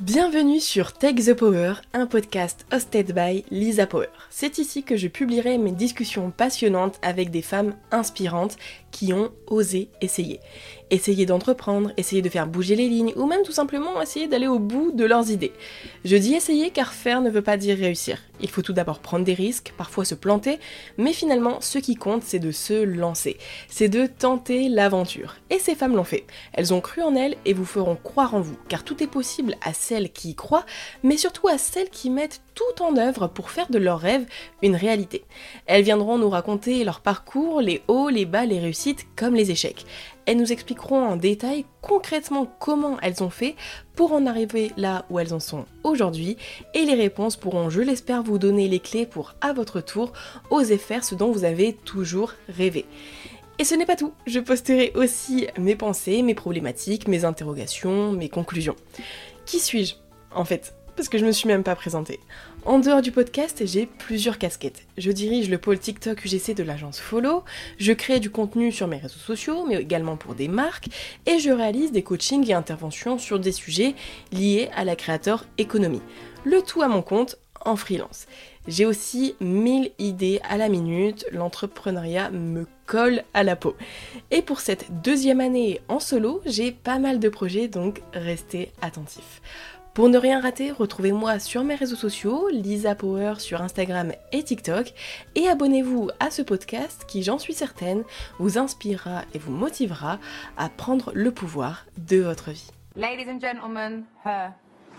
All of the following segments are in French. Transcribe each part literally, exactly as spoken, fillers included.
Bienvenue sur Take the Power, un podcast hosted by Lisa Power. C'est ici que je publierai mes discussions passionnantes avec des femmes inspirantes qui ont osé essayer. Essayer d'entreprendre, essayer de faire bouger les lignes ou même tout simplement essayer d'aller au bout de leurs idées. Je dis essayer car faire ne veut pas dire réussir. Il faut tout d'abord prendre des risques, parfois se planter, mais finalement ce qui compte c'est de se lancer. C'est de tenter l'aventure. Et ces femmes l'ont fait. Elles ont cru en elles et vous feront croire en vous, car tout est possible à celles qui y croient, mais surtout à celles qui mettent tout en œuvre pour faire de leurs rêves une réalité. Elles viendront nous raconter leur parcours, les hauts, les bas, les réussites comme les échecs. Elles nous expliqueront en détail concrètement comment elles ont fait pour en arriver là où elles en sont aujourd'hui, et les réponses pourront, je l'espère, vous donner les clés pour, à votre tour, oser faire ce dont vous avez toujours rêvé. Et ce n'est pas tout, je posterai aussi mes pensées, mes problématiques, mes interrogations, mes conclusions. Qui suis-je, en fait ? Parce que je me suis même pas présentée. En dehors du podcast, j'ai plusieurs casquettes. Je dirige le pôle TikTok U G C de l'agence Follow, je crée du contenu sur mes réseaux sociaux, mais également pour des marques, et je réalise des coachings et interventions sur des sujets liés à la créateur économie. Le tout à mon compte, en freelance. J'ai aussi mille idées à la minute, l'entrepreneuriat me colle à la peau. Et pour cette deuxième année en solo, j'ai pas mal de projets, donc restez attentifs. Pour ne rien rater, retrouvez-moi sur mes réseaux sociaux, Lisa Power sur Instagram et TikTok, et abonnez-vous à ce podcast qui, j'en suis certaine, vous inspirera et vous motivera à prendre le pouvoir de votre vie. Ladies and gentlemen, her.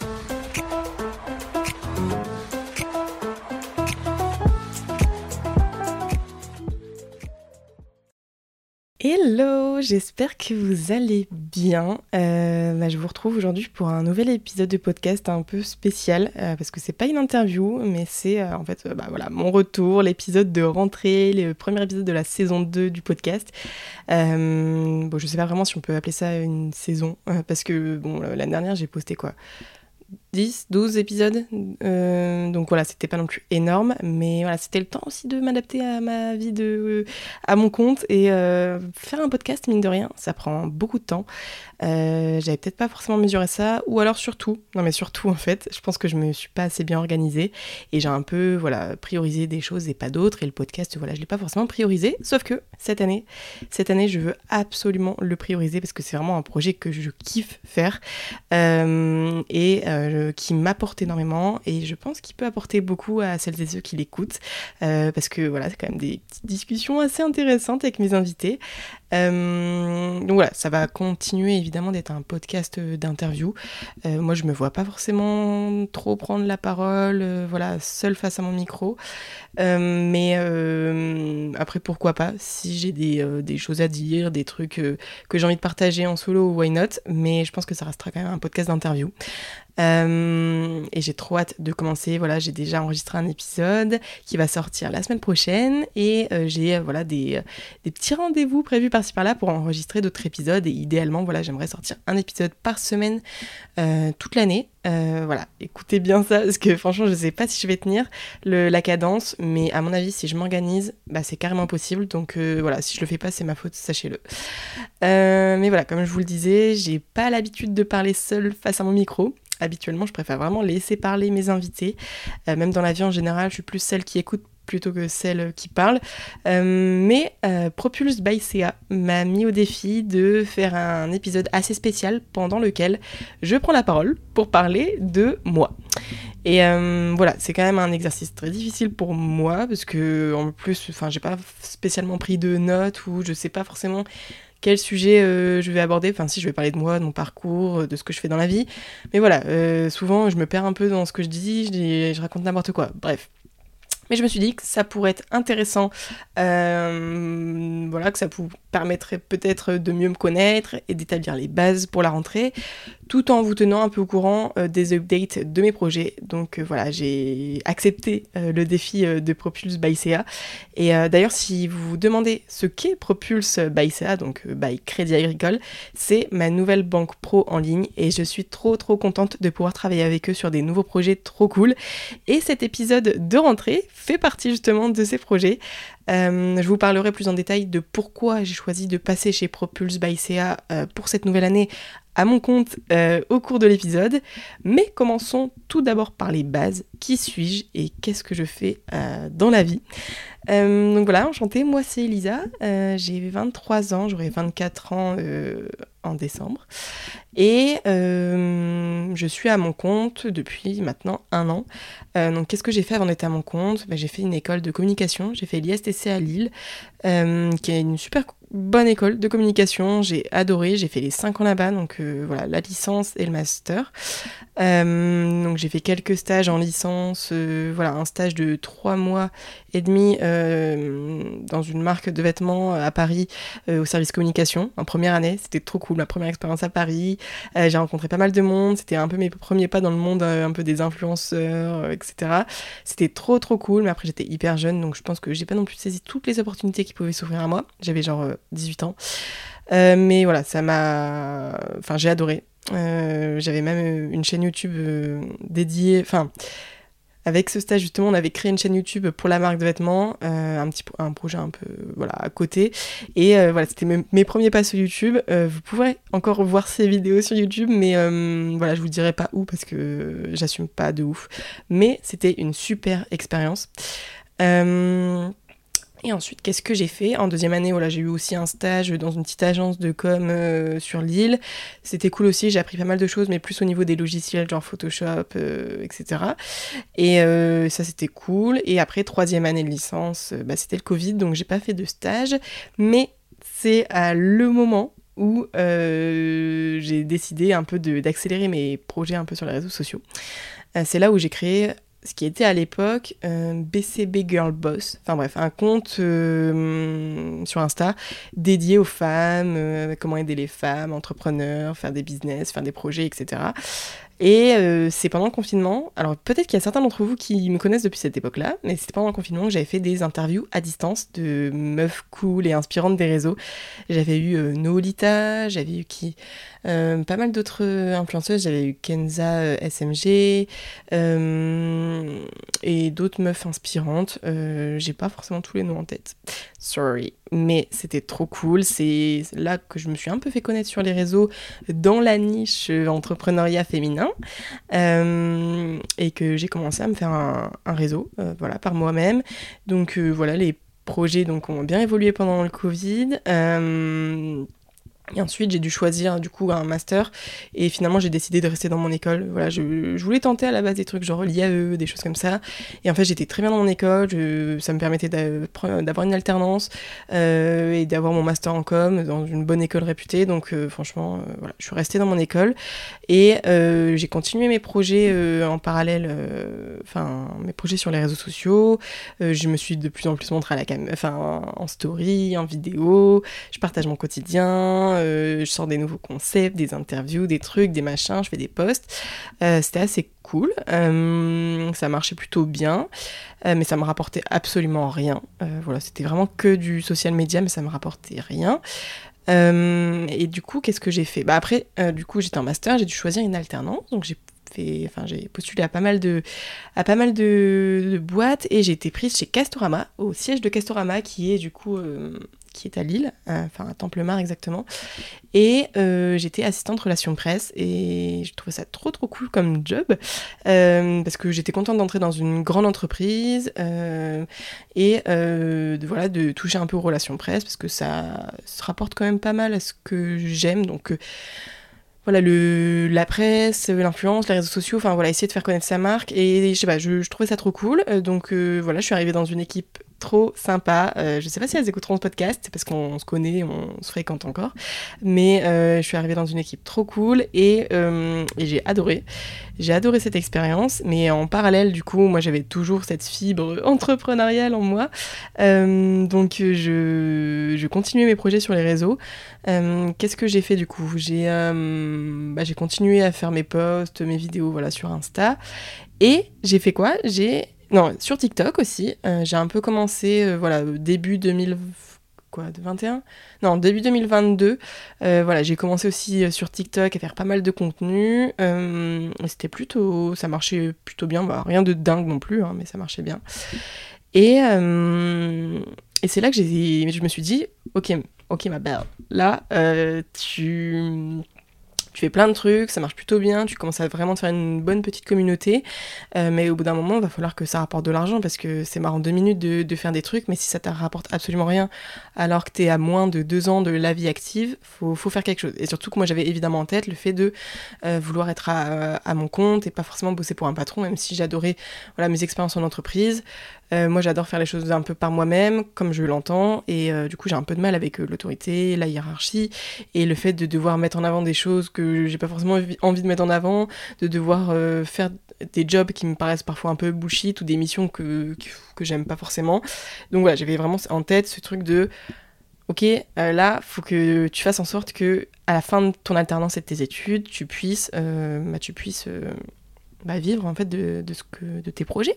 Hello, j'espère que vous allez bien. Euh, bah, je vous retrouve aujourd'hui pour un nouvel épisode de podcast un peu spécial, euh, parce que c'est pas une interview, mais c'est euh, en fait euh, bah, voilà, mon retour, l'épisode de rentrée, le premier épisode de la saison deux du podcast. Euh, bon, je sais pas vraiment si on peut appeler ça une saison, euh, parce que bon, l'année dernière j'ai posté quoi dix, douze épisodes, euh, donc voilà, c'était pas non plus énorme, mais voilà, c'était le temps aussi de m'adapter à ma vie, de, euh, à mon compte, et euh, faire un podcast, mine de rien, ça prend beaucoup de temps. Euh, j'avais peut-être pas forcément mesuré ça, ou alors surtout, non mais surtout en fait, je pense que je me suis pas assez bien organisée, et j'ai un peu, voilà, priorisé des choses et pas d'autres, et le podcast, voilà, je l'ai pas forcément priorisé, sauf que cette année, cette année, je veux absolument le prioriser, parce que c'est vraiment un projet que je kiffe faire, euh, et euh, qui m'apporte énormément, et je pense qu'il peut apporter beaucoup à celles et ceux qui l'écoutent, euh, parce que voilà, c'est quand même des petites discussions assez intéressantes avec mes invités. Euh, donc voilà, ça va continuer évidemment d'être un podcast d'interview. Euh, moi, je me vois pas forcément trop prendre la parole, euh, voilà, seule face à mon micro. Euh, mais euh, après, pourquoi pas, si j'ai des, euh, des choses à dire, des trucs euh, que j'ai envie de partager en solo, why not. Mais je pense que ça restera quand même un podcast d'interview. Euh, et j'ai trop hâte de commencer. Voilà, j'ai déjà enregistré un épisode qui va sortir la semaine prochaine, et euh, j'ai euh, voilà des, des petits rendez-vous prévus par-ci par-là pour enregistrer d'autres épisodes, et idéalement voilà, j'aimerais sortir un épisode par semaine euh, toute l'année. Euh, voilà, écoutez bien ça, parce que franchement je sais pas si je vais tenir le, la cadence, mais à mon avis si je m'organise, bah, c'est carrément possible, donc euh, voilà, si je le fais pas c'est ma faute, sachez-le. Euh, mais voilà, comme je vous le disais, j'ai pas l'habitude de parler seule face à mon micro. Habituellement, je préfère vraiment laisser parler mes invités. Euh, même dans la vie en général, je suis plus celle qui écoute plutôt que celle qui parle. Euh, mais euh, Propulse by C A m'a mis au défi de faire un épisode assez spécial pendant lequel je prends la parole pour parler de moi. Et euh, voilà, c'est quand même un exercice très difficile pour moi, parce que en plus, enfin, j'ai pas spécialement pris de notes, ou je sais pas forcément quel sujet euh, je vais aborder. Enfin si, je vais parler de moi, de mon parcours, de ce que je fais dans la vie, mais voilà, euh, souvent je me perds un peu dans ce que je dis, je, dis, je raconte n'importe quoi, bref. Mais je me suis dit que ça pourrait être intéressant, euh, voilà, que ça vous permettrait peut-être de mieux me connaître et d'établir les bases pour la rentrée, tout en vous tenant un peu au courant euh, des updates de mes projets. Donc euh, voilà, j'ai accepté euh, le défi euh, de Propulse by C A. Et euh, d'ailleurs, si vous vous demandez ce qu'est Propulse by C A, donc euh, by Crédit Agricole, c'est ma nouvelle banque pro en ligne, et je suis trop trop contente de pouvoir travailler avec eux sur des nouveaux projets trop cool. Et cet épisode de rentrée fait partie justement de ces projets. Euh, je vous parlerai plus en détail de pourquoi j'ai choisi de passer chez Propulse by C A euh, pour cette nouvelle année à mon compte euh, au cours de l'épisode. Mais commençons tout d'abord par les bases. Qui suis-je et qu'est-ce que je fais euh, dans la vie ? Euh, donc voilà, enchantée, moi c'est Elisa, euh, j'ai vingt-trois ans, j'aurai vingt-quatre ans euh, en décembre, et euh, je suis à mon compte depuis maintenant un an. Euh, donc qu'est-ce que j'ai fait avant d'être à mon compte ? Ben, j'ai fait une école de communication, j'ai fait l'I S T C à Lille, euh, qui est une super bonne école de communication, j'ai adoré, j'ai fait les cinq ans là-bas, donc euh, voilà, la licence et le master. Euh, donc j'ai fait quelques stages en licence, euh, voilà, un stage de trois mois et demi euh, dans une marque de vêtements à Paris euh, au service communication en première année. C'était trop cool, ma première expérience à Paris. Euh, j'ai rencontré pas mal de monde, c'était un peu mes premiers pas dans le monde euh, un peu des influenceurs, euh, et cetera. C'était trop trop cool, mais après j'étais hyper jeune, donc je pense que j'ai pas non plus saisi toutes les opportunités qui pouvaient s'offrir à moi. J'avais genre euh, dix-huit ans. Euh, mais voilà, ça m'a... Enfin, j'ai adoré. Euh, j'avais même une chaîne YouTube euh, dédiée... Enfin, avec ce stage, justement, on avait créé une chaîne YouTube pour la marque de vêtements, euh, un petit un projet un peu voilà, à côté. Et euh, voilà, c'était mes, mes premiers pas sur YouTube. Euh, vous pourrez encore voir ces vidéos sur YouTube, mais euh, voilà, je vous dirai pas où parce que j'assume pas de ouf. Mais c'était une super expérience. Euh... Et ensuite, qu'est-ce que j'ai fait ? En deuxième année, voilà, j'ai eu aussi un stage dans une petite agence de com euh, sur Lille. C'était cool aussi, j'ai appris pas mal de choses, mais plus au niveau des logiciels, genre Photoshop, euh, et cetera. Et euh, ça, c'était cool. Et après, troisième année de licence, euh, bah, c'était le Covid, donc j'ai pas fait de stage. Mais c'est à le moment où euh, j'ai décidé un peu de, d'accélérer mes projets un peu sur les réseaux sociaux. Euh, c'est là où j'ai créé ce qui était à l'époque euh, B C B Girl Boss, enfin bref, un compte euh, sur Insta dédié aux femmes, euh, comment aider les femmes, entrepreneurs, faire des business, faire des projets, et cetera. Et euh, c'est pendant le confinement, alors peut-être qu'il y a certains d'entre vous qui me connaissent depuis cette époque-là, mais c'était pendant le confinement que j'avais fait des interviews à distance de meufs cool et inspirantes des réseaux. J'avais eu euh, Noolita, j'avais eu qui euh, pas mal d'autres influenceuses, j'avais eu Kenza euh, S M G euh, et d'autres meufs inspirantes. Euh, j'ai pas forcément tous les noms en tête, sorry, mais c'était trop cool. C'est là que je me suis un peu fait connaître sur les réseaux dans la niche entrepreneuriat féminin. Euh, et que j'ai commencé à me faire un, un réseau euh, voilà, par moi-même. Donc euh, voilà, les projets donc, ont bien évolué pendant le Covid. Euh, Et ensuite, j'ai dû choisir du coup un master et finalement, j'ai décidé de rester dans mon école. Voilà, je, je voulais tenter à la base des trucs genre l'I A E, des choses comme ça. Et en fait, j'étais très bien dans mon école. Je, ça me permettait d'avoir une alternance euh, et d'avoir mon master en com dans une bonne école réputée. Donc euh, franchement, euh, voilà, je suis restée dans mon école et euh, j'ai continué mes projets euh, en parallèle, enfin euh, mes projets sur les réseaux sociaux. Euh, je me suis de plus en plus montrée à la cam, enfin en story, en vidéo. Je partage mon quotidien. Euh, je sors des nouveaux concepts, des interviews, des trucs, des machins, je fais des posts. Euh, c'était assez cool. Euh, ça marchait plutôt bien, euh, mais ça me rapportait absolument rien. Euh, voilà, c'était vraiment que du social media, mais ça me rapportait rien. Euh, et du coup, qu'est-ce que j'ai fait ? Bah après, euh, du coup, j'étais en master, j'ai dû choisir une alternance, donc j'ai fait, enfin, j'ai postulé à pas mal de, à pas mal de, de boîtes et j'ai été prise chez Castorama, au siège de Castorama, qui est du coup euh, qui est à Lille, euh, enfin à Templemar exactement. Et euh, j'étais assistante relations presse et je trouvais ça trop trop cool comme job euh, parce que j'étais contente d'entrer dans une grande entreprise euh, et euh, de, voilà, de toucher un peu aux relations presse parce que ça se rapporte quand même pas mal à ce que j'aime. Donc euh, voilà, le, la presse, l'influence, les réseaux sociaux, enfin voilà, essayer de faire connaître sa marque et je sais pas, je, je trouvais ça trop cool. Euh, donc euh, voilà, je suis arrivée dans une équipe trop sympa. Euh, je sais pas si elles écouteront ce podcast, parce qu'on se connaît, on se fréquente encore, mais euh, je suis arrivée dans une équipe trop cool et, euh, et j'ai adoré. J'ai adoré cette expérience, mais en parallèle, du coup, moi j'avais toujours cette fibre entrepreneuriale en moi, euh, donc je, je continuais mes projets sur les réseaux. Euh, qu'est-ce que j'ai fait du coup ? J'ai, euh, bah, j'ai continué à faire mes posts, mes vidéos, voilà, sur Insta, et j'ai fait quoi ? J'ai Non, sur TikTok aussi, euh, j'ai un peu commencé, euh, voilà, début deux mille, quoi, vingt et un ? Non, début deux mille vingt-deux, euh, voilà, j'ai commencé aussi euh, sur TikTok à faire pas mal de contenu, euh, c'était plutôt, ça marchait plutôt bien, bah, rien de dingue non plus, hein, mais ça marchait bien. Et, euh, et c'est là que j'ai, je me suis dit, ok, ok ma belle, là, euh, tu... Tu fais plein de trucs, ça marche plutôt bien, tu commences à vraiment te faire une bonne petite communauté, euh, mais au bout d'un moment, il va falloir que ça rapporte de l'argent, parce que c'est marrant deux minutes de, de faire des trucs, mais si ça te rapporte absolument rien, alors que t'es à moins de deux ans de la vie active, faut, faut faire quelque chose. Et surtout que moi, j'avais évidemment en tête le fait de euh, vouloir être à, à mon compte et pas forcément bosser pour un patron, même si j'adorais voilà, mes expériences en entreprise. Euh, moi, j'adore faire les choses un peu par moi-même, comme je l'entends, et euh, du coup, j'ai un peu de mal avec euh, l'autorité, la hiérarchie, et le fait de devoir mettre en avant des choses que j'ai pas forcément envie de mettre en avant, de devoir euh, faire des jobs qui me paraissent parfois un peu bullshit, ou des missions que, que, que j'aime pas forcément. Donc voilà, j'avais vraiment en tête ce truc de ok, euh, là, faut que tu fasses en sorte que à la fin de ton alternance et de tes études, tu puisses, euh, bah, tu puisses euh, bah, vivre en fait de, de, ce que, de tes projets.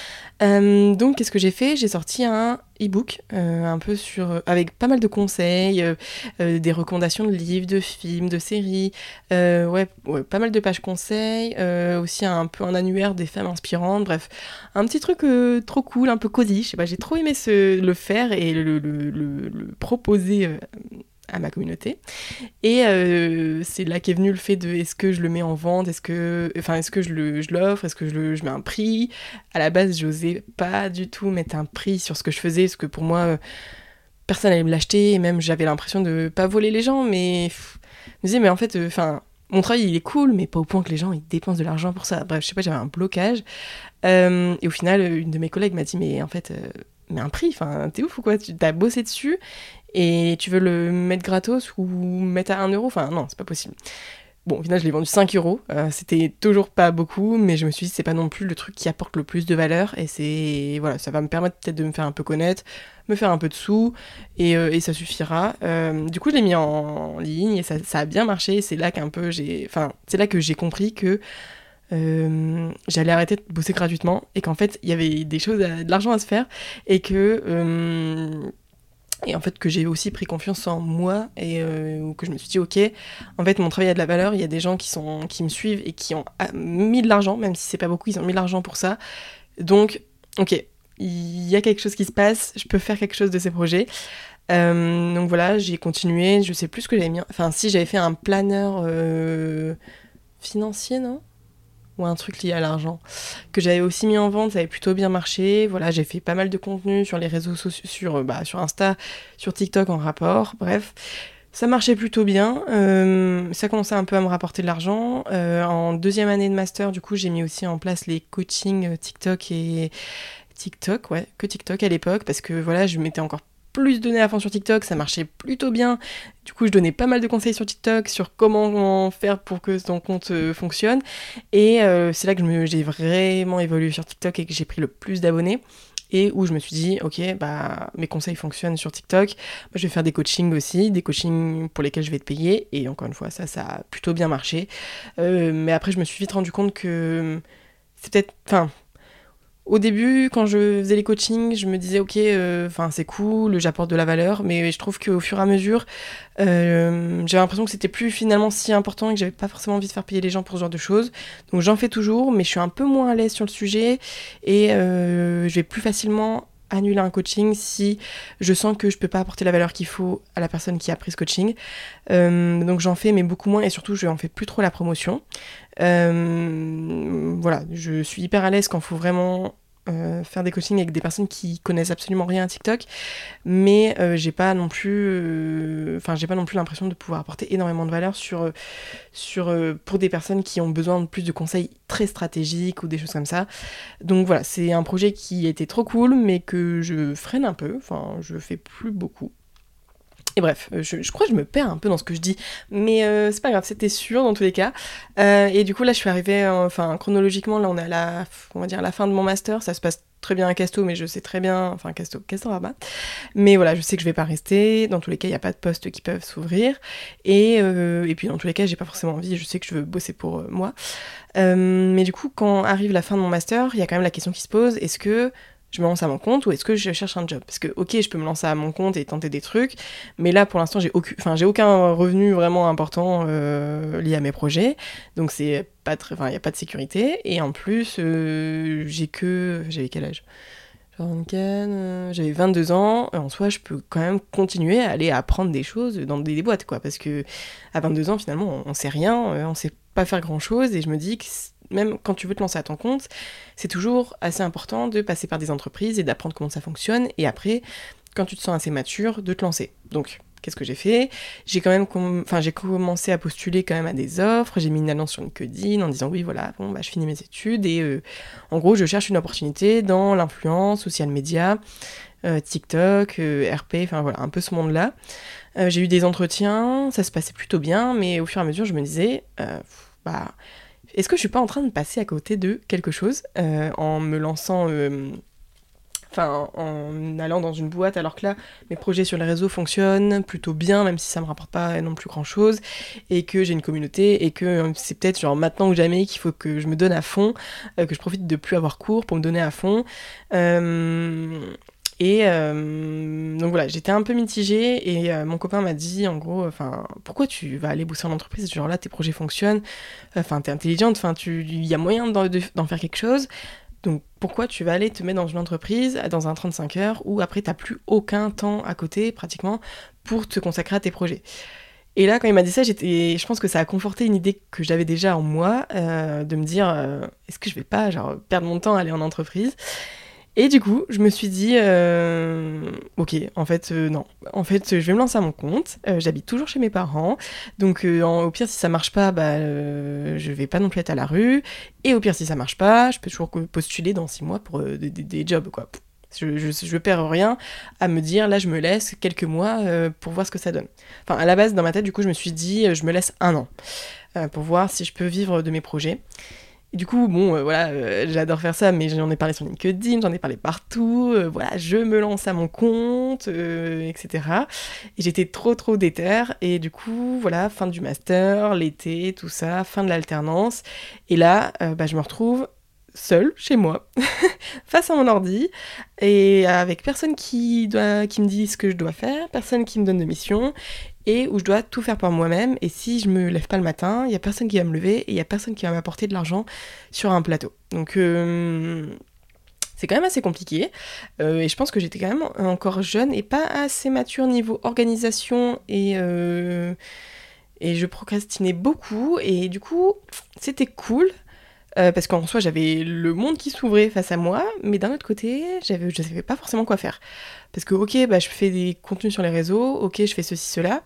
Euh, donc, qu'est-ce que j'ai fait ? J'ai sorti un e-book euh, un peu sur, avec pas mal de conseils, euh, euh, des recommandations de livres, de films, de séries, euh, ouais, ouais, pas mal de pages conseils, euh, aussi un peu un annuaire des femmes inspirantes, bref, un petit truc euh, trop cool, un peu cosy, je sais pas, j'ai trop aimé ce, le faire et le, le, le, le, le proposer euh, à ma communauté. Et euh, c'est là qu'est venu le fait de est-ce que je le mets en vente, est-ce que, enfin, est-ce que je, le, je l'offre, est-ce que je, le, je mets un prix. À la base, j'osais pas du tout mettre un prix sur ce que je faisais, parce que pour moi, euh, personne allait me l'acheter, et même j'avais l'impression de pas voler les gens, mais pff, je me disais, mais en fait, enfin, euh, mon travail, il est cool, mais pas au point que les gens, ils dépensent de l'argent pour ça. Bref, je sais pas, j'avais un blocage. Euh, et au final, une de mes collègues m'a dit, mais en fait, euh, mais un prix, enfin, t'es ouf ou quoi ? Tu t'as bossé dessus et tu veux le mettre gratos ou mettre à un euro ? Enfin, non, c'est pas possible. Bon, au final, je l'ai vendu cinq euros. Euh, c'était toujours pas beaucoup, mais je me suis dit, c'est pas non plus le truc qui apporte le plus de valeur. Et c'est. Voilà, ça va me permettre peut-être de me faire un peu connaître, me faire un peu de sous, et, euh, et ça suffira. Euh, du coup, je l'ai mis en, en ligne et ça, ça a bien marché. C'est là qu'un peu j'ai. Enfin, c'est là que j'ai compris que. Euh, j'allais arrêter de bosser gratuitement et qu'en fait il y avait des choses, à, de l'argent à se faire et que euh, et en fait que j'ai aussi pris confiance en moi et euh, que je me suis dit ok, en fait mon travail a de la valeur, il y a des gens qui sont qui me suivent et qui ont mis de l'argent, même si c'est pas beaucoup, ils ont mis de l'argent pour ça, donc ok, il y a quelque chose qui se passe, je peux faire quelque chose de ces projets. Euh, donc voilà, j'ai continué, je sais plus ce que j'avais mis, enfin si, j'avais fait un planeur euh, financier, non, ou un truc lié à l'argent, que j'avais aussi mis en vente, ça avait plutôt bien marché. Voilà, j'ai fait pas mal de contenu sur les réseaux sociaux, sur, bah, sur Insta, sur TikTok en rapport, bref. Ça marchait plutôt bien, euh, ça commençait un peu à me rapporter de l'argent. Euh, en deuxième année de master, du coup, j'ai mis aussi en place les coachings TikTok et TikTok, ouais, que TikTok à l'époque, parce que voilà, je m'étais encore plus donné à fond sur TikTok, ça marchait plutôt bien. Du coup, je donnais pas mal de conseils sur TikTok, sur comment faire pour que ton compte euh, fonctionne. Et euh, c'est là que je me, j'ai vraiment évolué sur TikTok et que j'ai pris le plus d'abonnés. Et où je me suis dit, ok, bah, mes conseils fonctionnent sur TikTok. Moi, je vais faire des coachings aussi, des coachings pour lesquels je vais te payer. Et encore une fois, ça, ça a plutôt bien marché. Euh, mais après, je me suis vite rendu compte que c'est peut-être... Enfin, au début, quand je faisais les coachings, je me disais ok, enfin euh, c'est cool, j'apporte de la valeur, mais je trouve qu'au fur et à mesure, euh, j'avais l'impression que c'était plus finalement si important et que j'avais pas forcément envie de faire payer les gens pour ce genre de choses. Donc j'en fais toujours, mais je suis un peu moins à l'aise sur le sujet et euh, je vais plus facilement annuler un coaching si je sens que je peux pas apporter la valeur qu'il faut à la personne qui a pris ce coaching. Euh, donc j'en fais, mais beaucoup moins, et surtout je en fais plus trop la promotion. Euh, voilà, je suis hyper à l'aise quand il faut vraiment euh, faire des coachings avec des personnes qui connaissent absolument rien à TikTok, mais euh, j'ai pas non plus, enfin euh, j'ai pas non plus l'impression de pouvoir apporter énormément de valeur sur, sur euh, pour des personnes qui ont besoin de plus de conseils très stratégiques ou des choses comme ça. Donc voilà, c'est un projet qui était trop cool, mais que je freine un peu, enfin je fais plus beaucoup. Et bref, je, je crois que je me perds un peu dans ce que je dis, mais euh, c'est pas grave, c'était sûr dans tous les cas. Euh, et du coup, là, je suis arrivée, euh, enfin, chronologiquement, là, on est à la, on va dire, à la fin de mon master. Ça se passe très bien à Casto, mais je sais très bien, enfin, Casto, Castor-Rabat. Mais voilà, je sais que je vais pas rester. Dans tous les cas, il n'y a pas de postes qui peuvent s'ouvrir. Et, euh, et puis, dans tous les cas, j'ai pas forcément envie. Je sais que je veux bosser pour euh, moi. Euh, mais du coup, quand arrive la fin de mon master, il y a quand même la question qui se pose, est-ce que je me lance à mon compte ou est-ce que je cherche un job ? Parce que ok, je peux me lancer à mon compte et tenter des trucs, mais là pour l'instant j'ai aucun, enfin, j'ai aucun revenu vraiment important euh, lié à mes projets, donc c'est pas très, enfin il y a pas de sécurité, et en plus euh, j'ai que, j'avais quel âge ? Genre Nickel, euh, j'avais vingt-deux ans, en soi je peux quand même continuer à aller apprendre des choses dans des, des boîtes, quoi, parce que à vingt-deux ans finalement on, on sait rien, euh, on sait pas faire grand chose, et je me dis que même quand tu veux te lancer à ton compte, c'est toujours assez important de passer par des entreprises et d'apprendre comment ça fonctionne, et après, quand tu te sens assez mature, de te lancer. Donc, qu'est-ce que j'ai fait ? J'ai quand même, com- enfin, j'ai commencé à postuler quand même à des offres. J'ai mis une annonce sur LinkedIn en disant oui, voilà, bon, bah, je finis mes études et euh, en gros, je cherche une opportunité dans l'influence, social media, euh, TikTok, euh, R P, enfin voilà, un peu ce monde-là. Euh, j'ai eu des entretiens, ça se passait plutôt bien, mais au fur et à mesure, je me disais, euh, bah, est-ce que je suis pas en train de passer à côté de quelque chose euh, en me lançant euh, enfin en allant dans une boîte, alors que là mes projets sur les réseaux fonctionnent plutôt bien, même si ça me rapporte pas non plus grand chose, et que j'ai une communauté, et que euh, c'est peut-être genre maintenant ou jamais qu'il faut que je me donne à fond, euh, que je profite de plus avoir cours pour me donner à fond. Euh, et euh, donc voilà, j'étais un peu mitigée, et euh, mon copain m'a dit en gros, enfin pourquoi tu vas aller bosser en entreprise, genre là tes projets fonctionnent, enfin t'es intelligente, enfin tu il y a moyen d'en, de- d'en faire quelque chose. Donc pourquoi tu vas aller te mettre dans une entreprise, dans un trente-cinq heures, où après t'as plus aucun temps à côté, pratiquement, pour te consacrer à tes projets. Et là, quand il m'a dit ça, j'étais, je pense que ça a conforté une idée que j'avais déjà en moi, euh, de me dire, euh, est-ce que je vais pas genre, perdre mon temps à aller en entreprise ? Et du coup, je me suis dit, euh, ok, en fait, euh, non. En fait, je vais me lancer à mon compte. Euh, j'habite toujours chez mes parents. Donc, euh, en- au pire, si ça marche pas, bah, euh, je vais pas non plus être à la rue. Et au pire, si ça marche pas, je peux toujours postuler dans six mois pour euh, des, des- des jobs, quoi. Je, je, je perds rien à me dire, là, je me laisse quelques mois euh, pour voir ce que ça donne. Enfin, à la base, dans ma tête, du coup, je me suis dit, euh, je me laisse un an euh, pour voir si je peux vivre de mes projets. Et du coup, bon, euh, voilà, euh, j'adore faire ça, mais j'en ai parlé sur LinkedIn, j'en ai parlé partout, euh, voilà, je me lance à mon compte, euh, et cetera. Et j'étais trop, trop déter, et du coup, voilà, fin du master, l'été, tout ça, fin de l'alternance, et là, euh, bah, je me retrouve seule, chez moi, face à mon ordi, et avec personne qui, doit, qui me dit ce que je dois faire, personne qui me donne de mission, et où je dois tout faire par moi-même, et si je me lève pas le matin, il y a personne qui va me lever, et il y a personne qui va m'apporter de l'argent sur un plateau. Donc euh, c'est quand même assez compliqué, euh, et je pense que j'étais quand même encore jeune, et pas assez mature niveau organisation, et, euh, et je procrastinais beaucoup, et du coup, c'était cool, euh, parce qu'en soi, j'avais le monde qui s'ouvrait face à moi, mais d'un autre côté, j'avais, je ne savais pas forcément quoi faire. Parce que, ok, bah, je fais des contenus sur les réseaux, ok, je fais ceci, cela,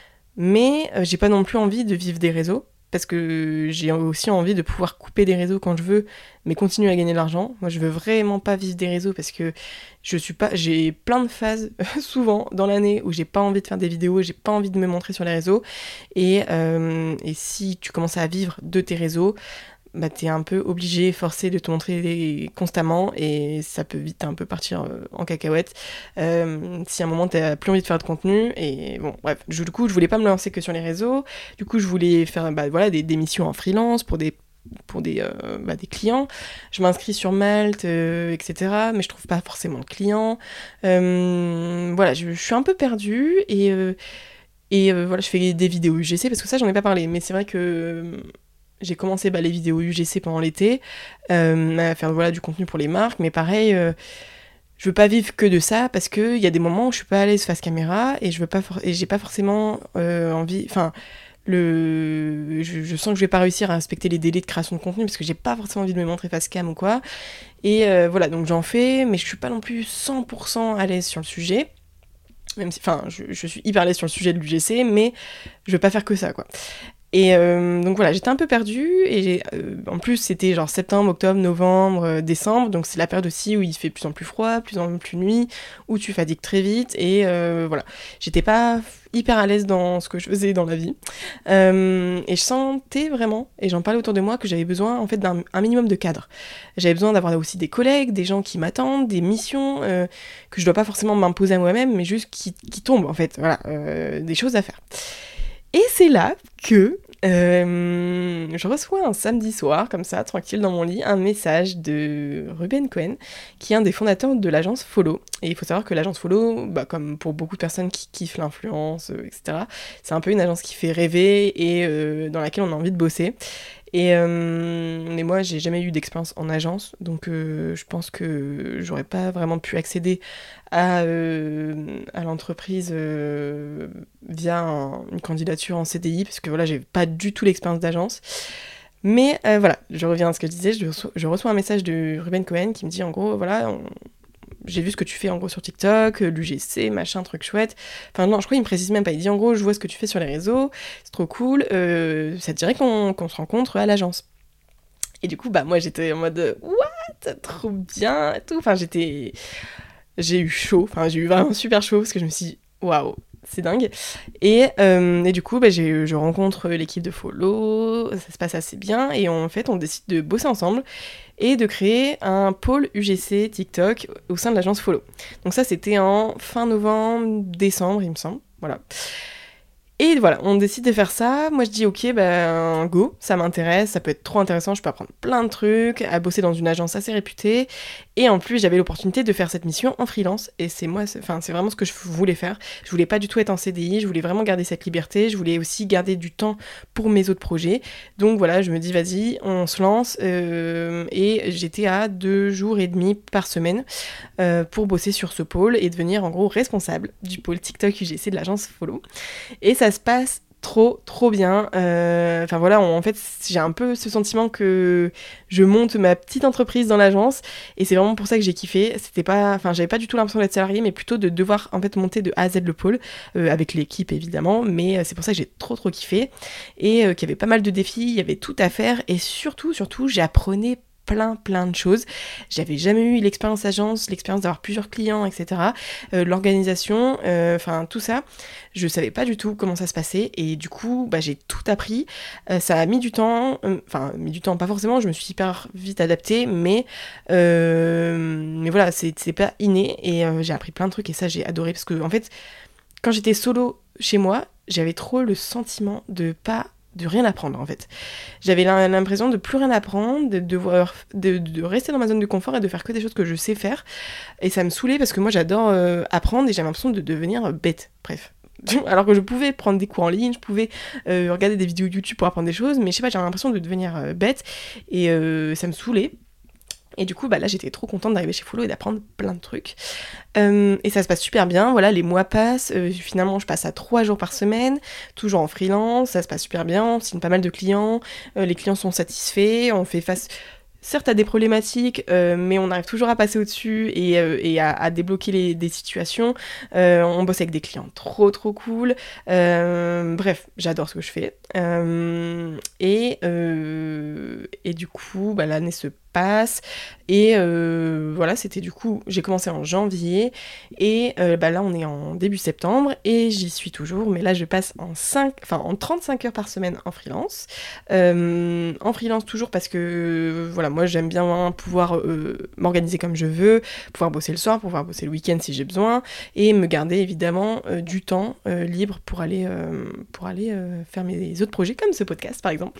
mais euh, j'ai pas non plus envie de vivre des réseaux, parce que j'ai aussi envie de pouvoir couper des réseaux quand je veux, mais continuer à gagner de l'argent. Moi, je veux vraiment pas vivre des réseaux, parce que je suis pas, j'ai plein de phases, souvent, dans l'année, où j'ai pas envie de faire des vidéos, j'ai pas envie de me montrer sur les réseaux, et, euh, et si tu commences à vivre de tes réseaux, bah, t'es un peu obligé, forcé de te montrer constamment, et ça peut vite un peu partir euh, en cacahuète euh, si à un moment t'as plus envie de faire de contenu. Et bon, bref, je, du coup, je voulais pas me lancer que sur les réseaux, du coup, je voulais faire bah, voilà, des, des missions en freelance pour des pour des, euh, bah, des clients. Je m'inscris sur Malte, euh, et cetera, mais je trouve pas forcément de clients. Euh, voilà, je, je suis un peu perdue, et, euh, et euh, voilà, je fais des vidéos U G C, parce que ça, j'en ai pas parlé, mais c'est vrai que j'ai commencé bah, les vidéos U G C pendant l'été, euh, à faire voilà, du contenu pour les marques, mais pareil, euh, je veux pas vivre que de ça, parce qu'il y a des moments où je suis pas à l'aise face caméra, et je veux pas for- et j'ai pas forcément euh, envie, enfin, le... je, je sens que je vais pas réussir à respecter les délais de création de contenu, parce que j'ai pas forcément envie de me montrer face cam ou quoi, et euh, voilà, donc j'en fais, mais je suis pas non plus cent pour cent à l'aise sur le sujet, même si, enfin, je, je suis hyper à l'aise sur le sujet de l'U G C, mais je veux pas faire que ça, quoi. Et euh, donc voilà, j'étais un peu perdue, et j'ai, euh, en plus c'était genre septembre, octobre, novembre, euh, décembre, donc c'est la période aussi où il fait de plus en plus froid, plus en plus nuit, où tu fatigues très vite, et euh, voilà. J'étais pas hyper à l'aise dans ce que je faisais dans la vie, euh, et je sentais vraiment, et j'en parlais autour de moi, que j'avais besoin en fait d'un un minimum de cadre. J'avais besoin d'avoir aussi des collègues, des gens qui m'attendent, des missions euh, que je dois pas forcément m'imposer à moi-même, mais juste qui, qui tombent en fait, voilà, euh, des choses à faire. Et c'est là que euh, je reçois un samedi soir, comme ça, tranquille dans mon lit, un message de Ruben Cohen, qui est un des fondateurs de l'agence Follow. Et il faut savoir que l'agence Follow, bah, comme pour beaucoup de personnes qui kiffent l'influence, euh, et cetera, c'est un peu une agence qui fait rêver, et euh, dans laquelle on a envie de bosser. Et euh, mais moi, j'ai jamais eu d'expérience en agence, donc euh, je pense que j'aurais pas vraiment pu accéder à, euh, à l'entreprise euh, via un- une candidature en C D I, parce que voilà, j'ai pas du tout l'expérience d'agence. Mais euh, voilà, je reviens à ce que je disais, je reçois, je reçois un message de Ruben Cohen qui me dit en gros, voilà, on- j'ai vu ce que tu fais en gros sur TikTok, l'U G C, machin, truc chouette. Enfin non, je crois qu'il me précise même pas, il dit en gros, je vois ce que tu fais sur les réseaux, c'est trop cool, euh, ça te dirait qu'on qu'on se rencontre à l'agence. Et du coup, bah moi j'étais en mode, what, trop bien, et tout. Enfin j'étais, j'ai eu chaud, enfin j'ai eu vraiment super chaud parce que je me suis dit, waouh, c'est dingue. Et, euh, et du coup, bah, j'ai, je rencontre l'équipe de Follow, ça se passe assez bien, et en fait, on décide de bosser ensemble et de créer un pôle U G C TikTok au sein de l'agence Follow. Donc ça, c'était en fin novembre, décembre, il me semble. Voilà. Et voilà, on décide de faire ça. Moi, je dis ok, ben go, ça m'intéresse, ça peut être trop intéressant, je peux apprendre plein de trucs, à bosser dans une agence assez réputée. Et en plus, j'avais l'opportunité de faire cette mission en freelance. Et c'est moi, c'est, enfin, c'est vraiment ce que je voulais faire. Je voulais pas du tout être en C D I, je voulais vraiment garder cette liberté, je voulais aussi garder du temps pour mes autres projets. Donc voilà, je me dis vas-y, on se lance. Euh, et j'étais à deux jours et demi par semaine euh, pour bosser sur ce pôle et devenir en gros responsable du pôle TikTok U G C de l'agence Follow. Et ça se passe trop trop bien. Euh, Enfin voilà, on- en fait j'ai un peu ce sentiment que je monte ma petite entreprise dans l'agence et c'est vraiment pour ça que j'ai kiffé. C'était pas, enfin j'avais pas du tout l'impression d'être salarié, mais plutôt de devoir en fait monter de A à Z le pôle euh, avec l'équipe évidemment. Mais euh, c'est pour ça que j'ai trop trop kiffé et euh, qu'il y avait pas mal de défis, il y avait tout à faire et surtout surtout j'apprenais plein plein de choses. J'avais jamais eu l'expérience agence, l'expérience d'avoir plusieurs clients, et cetera. Euh, l'organisation, enfin euh, tout ça, je savais pas du tout comment ça se passait et du coup bah, j'ai tout appris. Euh, ça a mis du temps, enfin euh, mis du temps pas forcément, je me suis hyper vite adaptée, mais euh, mais voilà c'est, c'est pas inné et euh, j'ai appris plein de trucs et ça j'ai adoré parce que en fait quand j'étais solo chez moi, j'avais trop le sentiment de pas de rien apprendre en fait. J'avais l'impression de plus rien apprendre, de, devoir, de, de rester dans ma zone de confort et de faire que des choses que je sais faire. Et ça me saoulait parce que moi j'adore euh, apprendre et j'avais l'impression de devenir bête. Bref. Alors que je pouvais prendre des cours en ligne, je pouvais euh, regarder des vidéos YouTube pour apprendre des choses, mais je sais pas, j'avais l'impression de devenir euh, bête et euh, ça me saoulait. Et du coup, bah là, j'étais trop contente d'arriver chez Follow et d'apprendre plein de trucs. Euh, et ça se passe super bien, voilà, les mois passent, euh, finalement je passe à trois jours par semaine, toujours en freelance, ça se passe super bien, on signe pas mal de clients, euh, les clients sont satisfaits, on fait face certes à des problématiques, euh, mais on arrive toujours à passer au-dessus et, euh, et à, à débloquer les, des situations. Euh, on bosse avec des clients trop trop cool. Euh, bref, j'adore ce que je fais. Euh, et, euh, et du coup, bah, l'année se passe. Et euh, voilà, c'était du coup, j'ai commencé en janvier. Et euh, bah, là, on est en début septembre et j'y suis toujours. Mais là, je passe en, cinq, enfin, en trente-cinq heures par semaine en freelance. Euh, en freelance toujours parce que voilà, moi j'aime bien pouvoir euh, m'organiser comme je veux, pouvoir bosser le soir, pouvoir bosser le week-end si j'ai besoin, et me garder évidemment euh, du temps euh, libre pour aller, euh, pour aller euh, faire mes autres projets comme ce podcast par exemple.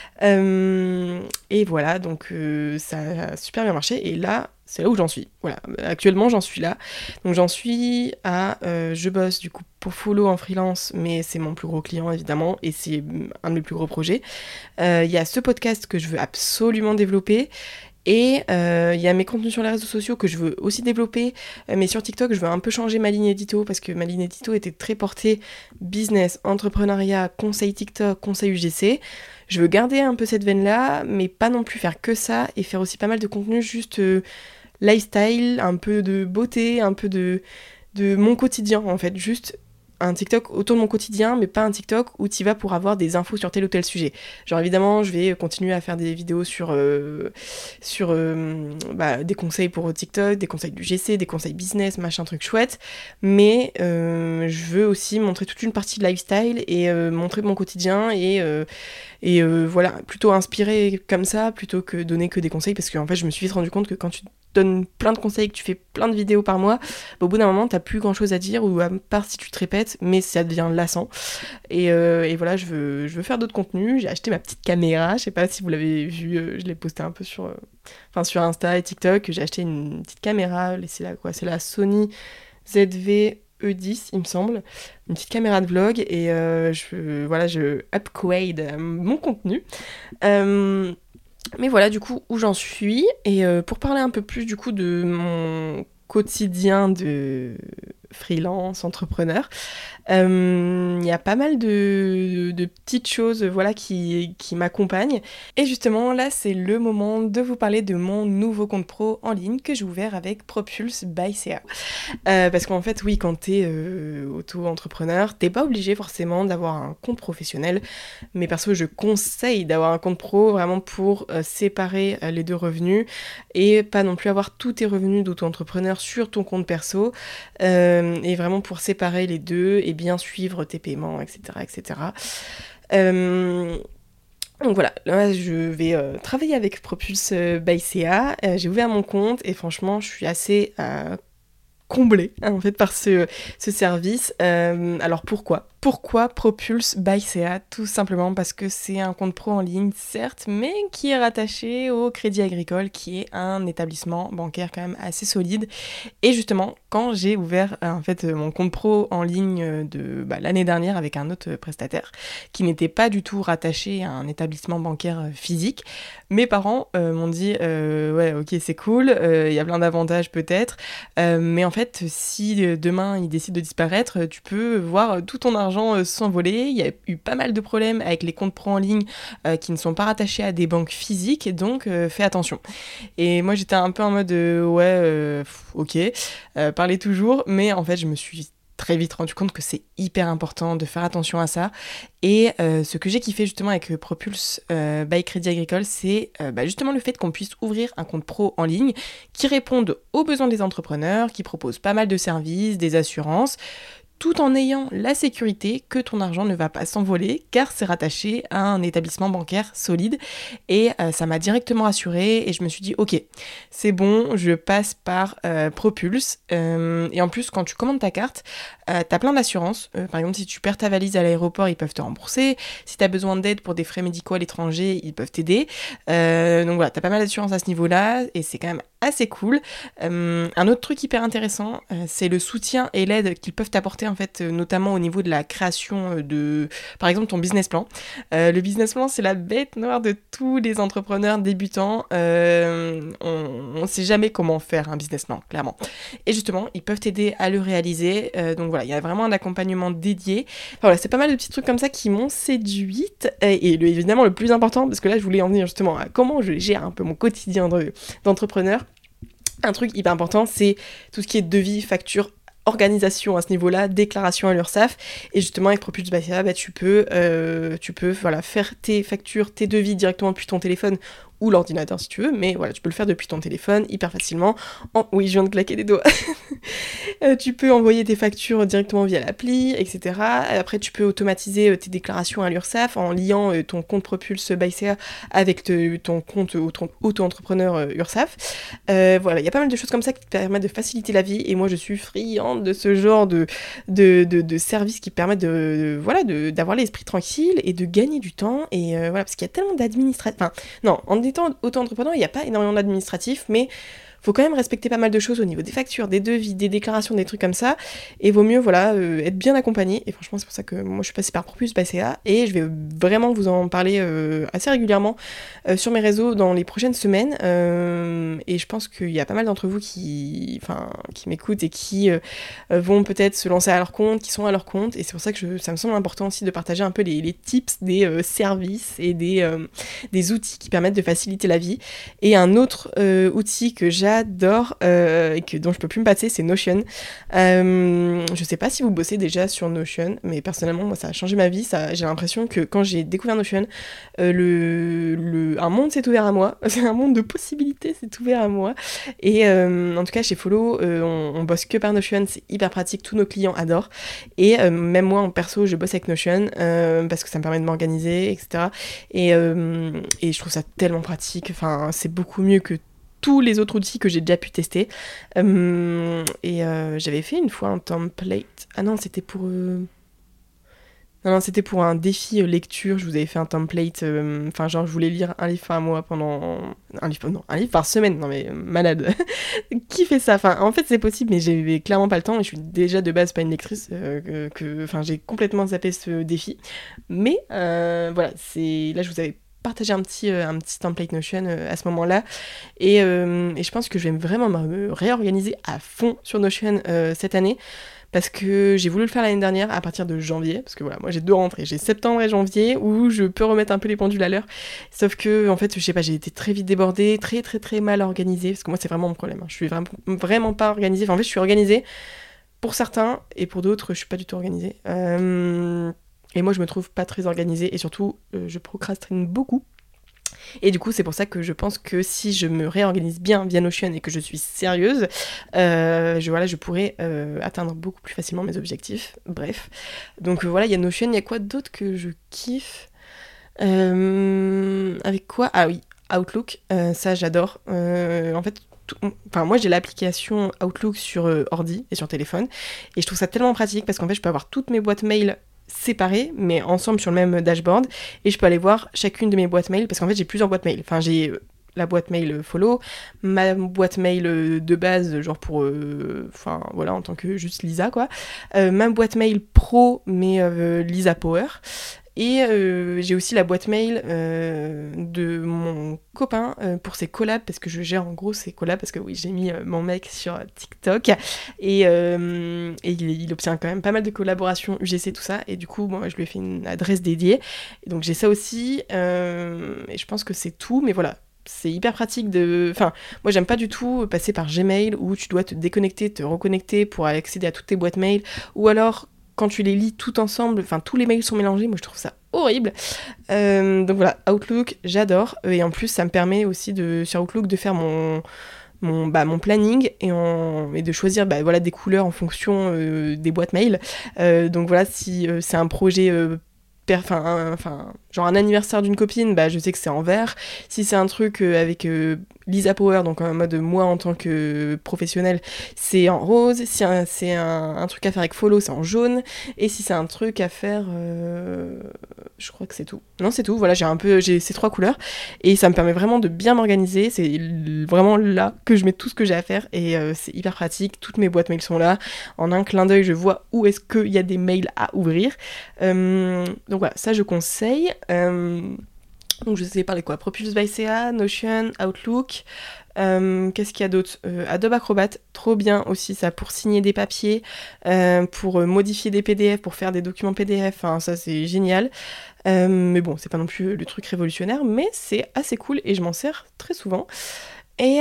Euh, et voilà, donc euh, ça a super bien marché, et là, c'est là où j'en suis. Voilà, actuellement j'en suis là. Donc j'en suis à, euh, je bosse du coup pour Follow en freelance, mais c'est mon plus gros client évidemment, et c'est un de mes plus gros projets. Il euh, y a ce podcast que je veux absolument développer. Et il euh, y a mes contenus sur les réseaux sociaux que je veux aussi développer, euh, mais sur TikTok, je veux un peu changer ma ligne édito parce que ma ligne édito était très portée business, entrepreneuriat, conseil TikTok, conseil U G C. Je veux garder un peu cette veine-là, mais pas non plus faire que ça et faire aussi pas mal de contenu juste euh, lifestyle, un peu de beauté, un peu de, de mon quotidien en fait, juste un TikTok autour de mon quotidien, mais pas un TikTok où tu vas pour avoir des infos sur tel ou tel sujet. Genre évidemment, je vais continuer à faire des vidéos sur, euh, sur euh, bah, des conseils pour TikTok, des conseils du G C, des conseils business, machin truc chouette, mais euh, je veux aussi montrer toute une partie de lifestyle et euh, montrer mon quotidien et, euh, et euh, voilà, plutôt inspirer comme ça plutôt que donner que des conseils, parce qu'en fait je me suis vite rendu compte que quand tu donnes plein de conseils, que tu fais plein de vidéos par mois, bah, au bout d'un moment t'as plus grand chose à dire, ou à part si tu te répètes, mais ça devient lassant. Et, euh, et voilà, je veux, je veux faire d'autres contenus. J'ai acheté ma petite caméra, je sais pas si vous l'avez vu, euh, je l'ai posté un peu sur, euh, enfin, sur Insta et TikTok. J'ai acheté une petite caméra, c'est la, quoi, c'est la Sony Z V E dix, il me semble, une petite caméra de vlog, et euh, je, voilà, je upgrade euh, mon contenu. Euh, mais voilà, du coup, où j'en suis, et euh, pour parler un peu plus, du coup, de mon quotidien de freelance, entrepreneur, il euh, y a pas mal de, de petites choses voilà, qui, qui m'accompagnent. Et justement, là, c'est le moment de vous parler de mon nouveau compte pro en ligne que j'ai ouvert avec Propulse by C A. Euh, parce qu'en fait, oui, quand t'es euh, auto-entrepreneur, t'es pas obligé forcément d'avoir un compte professionnel. Mais perso, je conseille d'avoir un compte pro vraiment pour euh, séparer euh, les deux revenus et pas non plus avoir tous tes revenus d'auto-entrepreneur sur ton compte perso. Euh, et vraiment pour séparer les deux et bien suivre tes paiements, et cetera, et cetera. Euh, donc voilà, là je vais euh, travailler avec Propulse euh, by C A. Euh, j'ai ouvert mon compte et franchement, je suis assez euh, comblée hein, en fait par ce, ce service. Euh, alors pourquoi Pourquoi Propulse by C A? Tout simplement parce que c'est un compte pro en ligne, certes, mais qui est rattaché au Crédit Agricole, qui est un établissement bancaire quand même assez solide. Et justement, quand j'ai ouvert euh, en fait mon compte pro en ligne de bah, l'année dernière avec un autre prestataire qui n'était pas du tout rattaché à un établissement bancaire physique, mes parents euh, m'ont dit euh, ouais ok c'est cool, il euh, y a plein d'avantages peut-être, euh, mais en fait si euh, demain il décide de disparaître, tu peux voir tout ton argent euh, s'envoler. Il y a eu pas mal de problèmes avec les comptes pro en ligne euh, qui ne sont pas rattachés à des banques physiques, donc euh, fais attention. Et moi j'étais un peu en mode euh, ouais euh, ok, euh, parler toujours, mais en fait je me suis très vite rendu compte que c'est hyper important de faire attention à ça. Et euh, ce que j'ai kiffé justement avec Propulse euh, by Crédit Agricole, c'est euh, bah, justement le fait qu'on puisse ouvrir un compte pro en ligne qui réponde aux besoins des entrepreneurs, qui propose pas mal de services, des assurances, tout en ayant la sécurité que ton argent ne va pas s'envoler, car c'est rattaché à un établissement bancaire solide. Et euh, ça m'a directement rassurée, et je me suis dit, ok, c'est bon, je passe par euh, Propulse. Euh, et en plus, quand tu commandes ta carte, euh, t'as plein d'assurances. Euh, par exemple, si tu perds ta valise à l'aéroport, ils peuvent te rembourser. Si t'as besoin d'aide pour des frais médicaux à l'étranger, ils peuvent t'aider. Euh, donc voilà, t'as pas mal d'assurances à ce niveau-là, et c'est quand même assez cool. Euh, un autre truc hyper intéressant, euh, c'est le soutien et l'aide qu'ils peuvent t'apporter en fait, euh, notamment au niveau de la création de, par exemple, ton business plan. Euh, le business plan, c'est la bête noire de tous les entrepreneurs débutants. Euh, on ne sait jamais comment faire un business plan, clairement. Et justement, ils peuvent t'aider à le réaliser. Euh, donc voilà, il y a vraiment un accompagnement dédié. Enfin, voilà, c'est pas mal de petits trucs comme ça qui m'ont séduite. Et, et le, évidemment, le plus important, parce que là, je voulais en venir justement à comment je gère un peu mon quotidien de, d'entrepreneur. Un truc hyper important, c'est tout ce qui est devis, facture, organisation à ce niveau-là, déclaration à l'URSSAF. Et justement, avec Propulse by C A, bah, tu peux, euh, tu peux voilà, faire tes factures, tes devis directement depuis ton téléphone ou l'ordinateur si tu veux, mais voilà, tu peux le faire depuis ton téléphone hyper facilement. En... Oui, je viens de claquer des doigts. euh, tu peux envoyer tes factures directement via l'appli, et cetera. Après, tu peux automatiser euh, tes déclarations à l'URSSAF en liant euh, ton compte Propulse by C A avec te, ton compte auto- auto-entrepreneur euh, URSSAF. Euh, voilà, il y a pas mal de choses comme ça qui te permettent de faciliter la vie, et moi je suis friande de ce genre de, de, de, de services qui permettent de, de, voilà, de, d'avoir l'esprit tranquille et de gagner du temps. Et euh, voilà, parce qu'il y a tellement d'administratifs. Enfin, non, en étant auto-entrepreneur, il n'y a pas énormément d'administratifs, mais faut quand même respecter pas mal de choses au niveau des factures, des devis, des déclarations, des trucs comme ça, et vaut mieux voilà euh, être bien accompagné. Et franchement, c'est pour ça que moi je suis passée par Propulse by C A, et je vais vraiment vous en parler euh, assez régulièrement euh, sur mes réseaux dans les prochaines semaines. Euh, et je pense qu'il y a pas mal d'entre vous qui, enfin, qui m'écoutent et qui euh, vont peut-être se lancer à leur compte, qui sont à leur compte, et c'est pour ça que je, ça me semble important aussi de partager un peu les, les tips des euh, services et des, euh, des outils qui permettent de faciliter la vie. Et un autre euh, outil que j'ai j'adore euh, et que, dont je peux plus me passer, c'est Notion. Euh, je sais pas si vous bossez déjà sur Notion, mais personnellement, moi, ça a changé ma vie. Ça, j'ai l'impression que quand j'ai découvert Notion, euh, le, le, un monde s'est ouvert à moi. C'est un monde de possibilités s'est ouvert à moi. Et euh, en tout cas, chez Follow, euh, on, on bosse que par Notion. C'est hyper pratique. Tous nos clients adorent. Et euh, même moi, en perso, je bosse avec Notion euh, parce que ça me permet de m'organiser, et cetera. Et, euh, et je trouve ça tellement pratique. Enfin, c'est beaucoup mieux que tous les autres outils que j'ai déjà pu tester. Euh, et euh, j'avais fait une fois un template. Ah non, c'était pour... Euh... Non, non, c'était pour un défi euh, lecture. Je vous avais fait un template. euh, Enfin, genre, je voulais lire un livre par mois pendant. Un livre, non, un livre par semaine. Non, mais euh, malade. Qui fait ça? Enfin, en fait, c'est possible, mais j'avais clairement pas le temps. Et je suis déjà de base pas une lectrice. euh, que, que- Enfin, j'ai complètement zappé ce défi. Mais euh, voilà, c'est. Là, je vous avais partagé un petit, euh, un petit template Notion euh, à ce moment-là. Et, euh, et je pense que je vais vraiment me réorganiser à fond sur Notion euh, cette année. Parce que j'ai voulu le faire l'année dernière à partir de janvier, parce que voilà, moi j'ai deux rentrées, j'ai septembre et janvier où je peux remettre un peu les pendules à l'heure. Sauf que, en fait, je sais pas, j'ai été très vite débordée, très très très mal organisée, parce que moi c'est vraiment mon problème. hein. Je suis vraiment, vraiment pas organisée. Enfin, en fait, je suis organisée pour certains et pour d'autres, je suis pas du tout organisée. Euh, Et moi, je me trouve pas très organisée et surtout, euh, je procrastine beaucoup. Et du coup, c'est pour ça que je pense que si je me réorganise bien via Notion et que je suis sérieuse, euh, je, voilà, je pourrais euh, atteindre beaucoup plus facilement mes objectifs. Bref. Donc euh, voilà, il y a Notion, il y a quoi d'autre que je kiffe Euh, Avec quoi? Ah oui, Outlook, euh, ça j'adore. Euh, en fait, tout- enfin, moi j'ai l'application Outlook sur euh, ordi et sur téléphone et je trouve ça tellement pratique parce qu'en fait je peux avoir toutes mes boîtes mail séparées mais ensemble sur le même dashboard et je peux aller voir chacune de mes boîtes mail parce qu'en fait j'ai plusieurs boîtes mail. Enfin j'ai euh, la boîte mail euh, follow, ma boîte mail euh, de base genre pour euh, enfin voilà en tant que juste Lisa quoi, euh, ma boîte mail pro mais euh, Lisa Power et euh, j'ai aussi la boîte mail euh, de mon copain euh, pour ses collabs, parce que je gère en gros ses collabs, parce que oui, j'ai mis euh, mon mec sur TikTok, et, euh, et il, il obtient quand même pas mal de collaborations U G C, tout ça, et du coup, bon, je lui ai fait une adresse dédiée. Et donc j'ai ça aussi, euh, et je pense que c'est tout, mais voilà. C'est hyper pratique de... Enfin, moi j'aime pas du tout passer par Gmail où tu dois te déconnecter, te reconnecter pour accéder à toutes tes boîtes mail, ou alors quand tu les lis tout ensemble, enfin tous les mails sont mélangés, moi je trouve ça horrible. Euh, donc voilà, Outlook, j'adore. Et en plus, ça me permet aussi de, sur Outlook de faire mon, mon, bah, mon planning et, en, et de choisir bah, voilà, des couleurs en fonction euh, des boîtes mail. Euh, donc voilà, si euh, c'est un projet... Euh, Enfin, enfin, genre un anniversaire d'une copine, bah je sais que c'est en vert. Si c'est un truc euh, avec euh, Lisa Power, donc en mode moi en tant que professionnel, c'est en rose. Si un- c'est un, un truc à faire avec Follow, c'est en jaune. Et si c'est un truc à faire, euh, je crois que c'est tout. Non, c'est tout. Voilà, j'ai un peu, j'ai ces trois couleurs et ça me permet vraiment de bien m'organiser. C'est l- vraiment là que je mets tout ce que j'ai à faire et euh, c'est hyper pratique. Toutes mes boîtes mail sont là. En un clin d'œil, je vois où est-ce qu'il y a des mails à ouvrir. Euh, donc voilà, ça je conseille. Euh, donc je sais parler quoi, Propulse by C A, Notion, Outlook. Euh, qu'est-ce qu'il y a d'autre? Euh, Adobe Acrobat, trop bien aussi ça pour signer des papiers, euh, pour euh, modifier des P D F, pour faire des documents P D F, enfin, ça c'est génial. Euh, mais bon, c'est pas non plus le truc révolutionnaire, mais c'est assez cool et je m'en sers très souvent. Et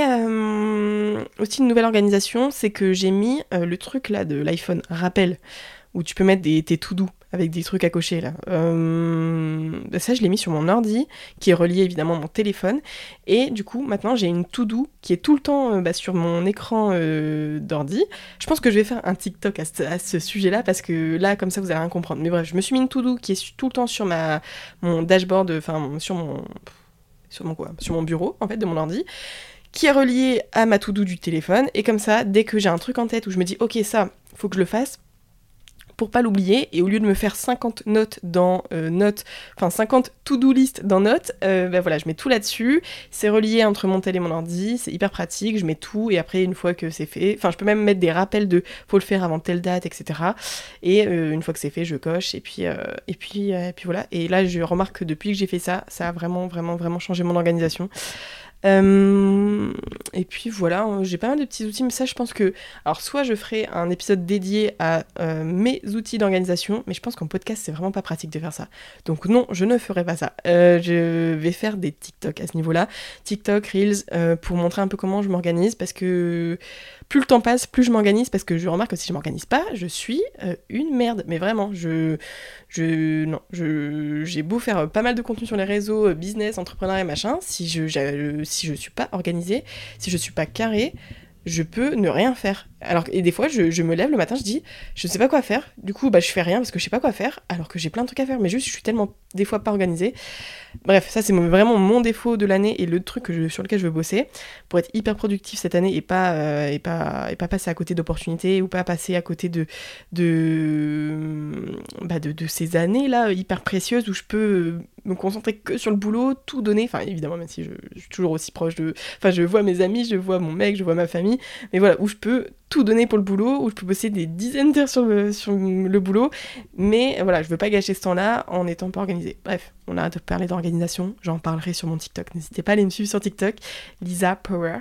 euh, aussi une nouvelle organisation, c'est que j'ai mis euh, le truc là de l'iPhone rappel où tu peux mettre des, tes to-do avec des trucs à cocher là. Euh, bah ça, je l'ai mis sur mon ordi, qui est relié évidemment à mon téléphone. Et du coup, maintenant, j'ai une to-do qui est tout le temps euh, bah, sur mon écran euh, d'ordi. Je pense que je vais faire un TikTok à ce, à ce sujet-là, parce que là, comme ça, vous allez rien comprendre. Mais bref, je me suis mis une to-do qui est tout le temps sur ma, mon dashboard, enfin, sur mon... Sur mon, quoi, sur mon bureau, en fait, de mon ordi, qui est relié à ma to-do du téléphone. Et comme ça, dès que j'ai un truc en tête où je me dis, ok, ça, faut que je le fasse, pour pas l'oublier, et au lieu de me faire cinquante notes dans euh, notes, enfin cinquante to-do list dans notes, euh, ben voilà, je mets tout là-dessus, c'est relié entre mon tel et mon ordi, c'est hyper pratique, je mets tout, et après une fois que c'est fait, enfin je peux même mettre des rappels de faut le faire avant telle date, et cetera. Et euh, une fois que c'est fait, je coche, et puis, euh, et puis, euh, et puis voilà, et là je remarque que depuis que j'ai fait ça, ça a vraiment, vraiment, vraiment changé mon organisation. Euh, et puis voilà, hein, j'ai pas mal de petits outils, mais ça je pense que... Alors soit je ferai un épisode dédié à euh, mes outils d'organisation, mais je pense qu'en podcast c'est vraiment pas pratique de faire ça. Donc non, je ne ferai pas ça. Euh, je vais faire des TikTok à ce niveau-là. TikTok, Reels, euh, pour montrer un peu comment je m'organise, parce que plus le temps passe, plus je m'organise, parce que je remarque que si je m'organise pas, je suis euh, une merde. Mais vraiment, je... je non, je, j'ai beau faire pas mal de contenu sur les réseaux, euh, business, entrepreneuriat, machin, si je, je, si je suis pas organisée, si je suis pas carrée, je peux ne rien faire. Alors, et des fois, je, je me lève le matin, je dis, je sais pas quoi faire. Du coup, bah, je fais rien parce que je sais pas quoi faire, alors que j'ai plein de trucs à faire. Mais juste, je suis tellement, des fois, pas organisée. Bref, ça, c'est mon- vraiment mon défaut de l'année et le truc que je- sur lequel je veux bosser pour être hyper productif cette année et pas, euh, et pas, et pas passer à côté d'opportunités ou pas passer à côté de, de, bah, de, de ces années-là hyper précieuses où je peux me concentrer que sur le boulot, tout donner. Enfin, évidemment, même si je, je suis toujours aussi proche de. Enfin, je vois mes amis, je vois mon mec, je vois ma famille. Mais voilà, où je peux tout donner pour le boulot, où je peux bosser des dizaines d'heures sur le, sur le boulot, mais voilà, je veux pas gâcher ce temps-là en étant pas organisée. Bref, on arrête de parler d'organisation, j'en parlerai sur mon TikTok. N'hésitez pas à aller me suivre sur TikTok, Lisa Power.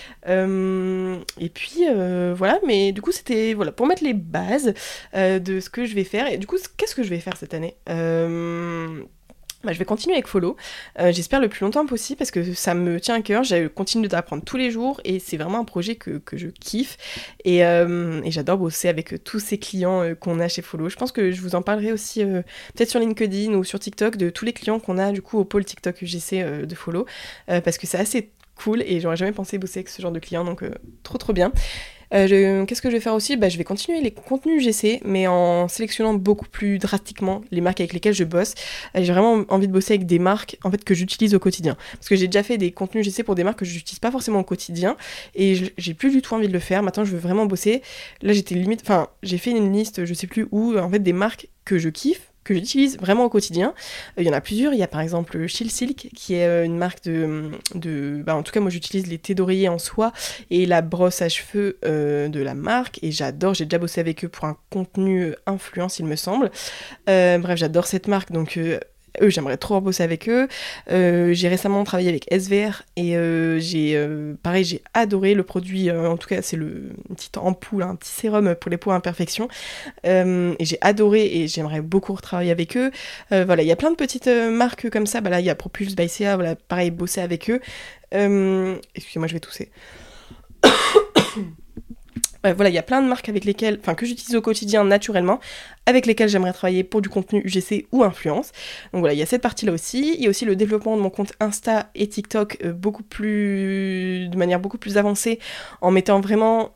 Euh, et puis euh, voilà, mais du coup c'était voilà pour mettre les bases euh, de ce que je vais faire. Et du coup, qu'est-ce que je vais faire cette année euh, Bah, je vais continuer avec Follow, euh, j'espère le plus longtemps possible parce que ça me tient à cœur, je continue d'apprendre tous les jours et c'est vraiment un projet que, que je kiffe et, euh, et j'adore bosser avec euh, tous ces clients euh, qu'on a chez Follow. Je pense que je vous en parlerai aussi euh, peut-être sur LinkedIn ou sur TikTok de tous les clients qu'on a du coup au pôle TikTok U G C euh, de Follow euh, parce que c'est assez cool et j'aurais jamais pensé bosser avec ce genre de clients donc euh, trop trop bien. Euh, je- Qu'est-ce que je vais faire aussi bah, je vais continuer les contenus U G C, mais en sélectionnant beaucoup plus drastiquement les marques avec lesquelles je bosse. Euh, j'ai vraiment envie de bosser avec des marques en fait, que j'utilise au quotidien. Parce que j'ai déjà fait des contenus U G C pour des marques que je n'utilise pas forcément au quotidien, et je- j'ai plus du tout envie de le faire. Maintenant, je veux vraiment bosser. Là, j'étais limite... Enfin, j'ai fait une liste, je sais plus où, en fait, des marques que je kiffe, que j'utilise vraiment au quotidien. Il euh, y en a plusieurs. Il y a par exemple Chill Silk, qui est euh, une marque de... de bah, en tout cas, moi, j'utilise les thés d'oreiller en soie et la brosse à cheveux euh, de la marque. Et j'adore, j'ai déjà bossé avec eux pour un contenu influence, il me semble. Euh, bref, j'adore cette marque, donc... Euh, eux, j'aimerais trop bosser avec eux. Euh, j'ai récemment travaillé avec S V R et euh, j'ai, euh, pareil, j'ai adoré le produit. Euh, en tout cas, c'est le une petite ampoule, un petit sérum pour les peaux à imperfection. Euh, et j'ai adoré et j'aimerais beaucoup retravailler avec eux. Euh, voilà, il y a plein de petites euh, marques comme ça. Bah là, il y a Propulse by C A, voilà, pareil, bosser avec eux. Euh, excusez-moi, je vais tousser. Ouais, voilà, il y a plein de marques avec lesquelles, enfin, que j'utilise au quotidien naturellement, avec lesquelles j'aimerais travailler pour du contenu U G C ou influence. Donc voilà, il y a cette partie-là aussi. Il y a aussi le développement de mon compte Insta et TikTok euh, beaucoup plus, de manière beaucoup plus avancée, en mettant vraiment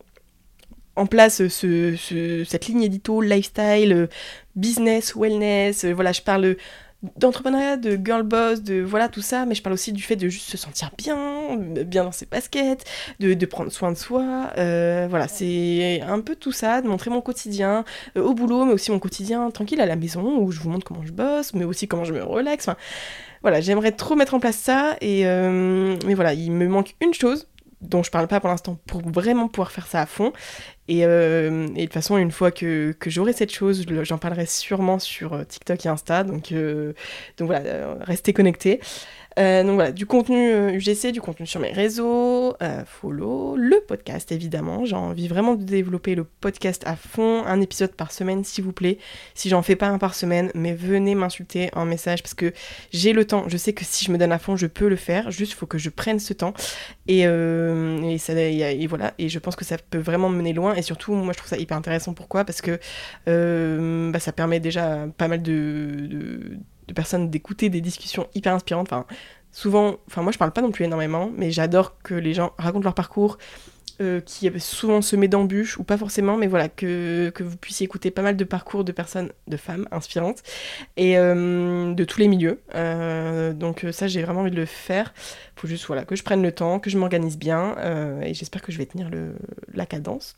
en place ce, ce- cette ligne édito, lifestyle, euh, business, wellness. Euh, voilà, je parle d'entrepreneuriat, de girl boss, de voilà tout ça, mais je parle aussi du fait de juste se sentir bien, bien dans ses baskets, de, de prendre soin de soi. Euh, voilà, c'est un peu tout ça, de montrer mon quotidien euh, au boulot, mais aussi mon quotidien tranquille à la maison, où je vous montre comment je bosse, mais aussi comment je me relaxe. Enfin, voilà, j'aimerais trop mettre en place ça, et euh, mais voilà, il me manque une chose dont je parle pas pour l'instant pour vraiment pouvoir faire ça à fond. Et, euh, et de toute façon, une fois que, que j'aurai cette chose, je- j'en parlerai sûrement sur euh, TikTok et Insta. Donc, euh, donc voilà, euh, restez connectés. Euh, donc voilà, du contenu euh, U G C, du contenu sur mes réseaux, euh, follow, le podcast évidemment. J'ai envie vraiment de développer le podcast à fond, un épisode par semaine s'il vous plaît. Si j'en fais pas un par semaine, mais venez m'insulter en message parce que j'ai le temps. Je sais que si je me donne à fond, je peux le faire. Juste, il faut que je prenne ce temps. Et, euh, et, ça, et, et voilà, et je pense que ça peut vraiment me mener loin. Et surtout, moi je trouve ça hyper intéressant. Pourquoi ? Parce que euh, bah, ça permet déjà pas mal de... de de personnes d'écouter des discussions hyper inspirantes. Enfin, souvent, enfin moi je parle pas non plus énormément, mais j'adore que les gens racontent leur parcours, euh, qui est souvent semé d'embûches, ou pas forcément, mais voilà, que, que vous puissiez écouter pas mal de parcours de personnes, de femmes inspirantes, et euh, de tous les milieux. Euh, donc ça, j'ai vraiment envie de le faire. Faut juste voilà, que je prenne le temps, que je m'organise bien, euh, et j'espère que je vais tenir le, la cadence.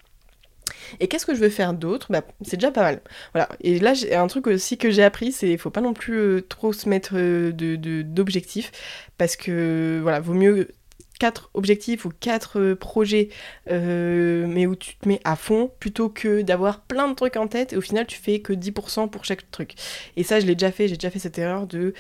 Et qu'est-ce que je veux faire d'autre ? Bah, c'est déjà pas mal. Voilà. Et là, j'ai un truc aussi que j'ai appris, c'est qu'il faut pas non plus euh, trop se mettre euh, de, de, d'objectifs, parce que, voilà, vaut mieux quatre objectifs ou quatre euh, projets, euh, mais où tu te mets à fond, plutôt que d'avoir plein de trucs en tête, et au final, tu fais que dix pour cent pour chaque truc. Et ça, je l'ai déjà fait, j'ai déjà fait cette erreur de,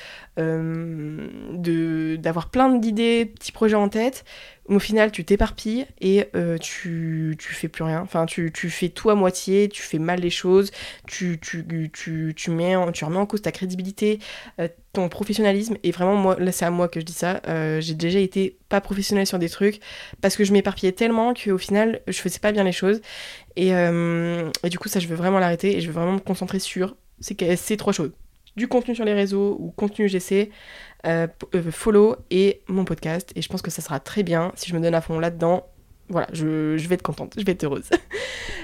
euh, de, d'avoir plein d'idées, petits projets en tête, au final, tu t'éparpilles et euh, tu, tu fais plus rien. Enfin, tu, tu fais tout à moitié, tu fais mal les choses, tu, tu, tu, tu, mets en, tu remets en cause ta crédibilité, euh, ton professionnalisme. Et vraiment, moi, là, c'est à moi que je dis ça. Euh, j'ai déjà été pas professionnelle sur des trucs parce que je m'éparpillais tellement qu'au final, je faisais pas bien les choses. Et, euh, et du coup, ça, je veux vraiment l'arrêter et je veux vraiment me concentrer sur ces, ces trois choses. Du contenu sur les réseaux ou contenu U G C, euh, euh, follow et mon podcast. Et je pense que ça sera très bien si je me donne à fond là-dedans. Voilà, je, je vais être contente, je vais être heureuse.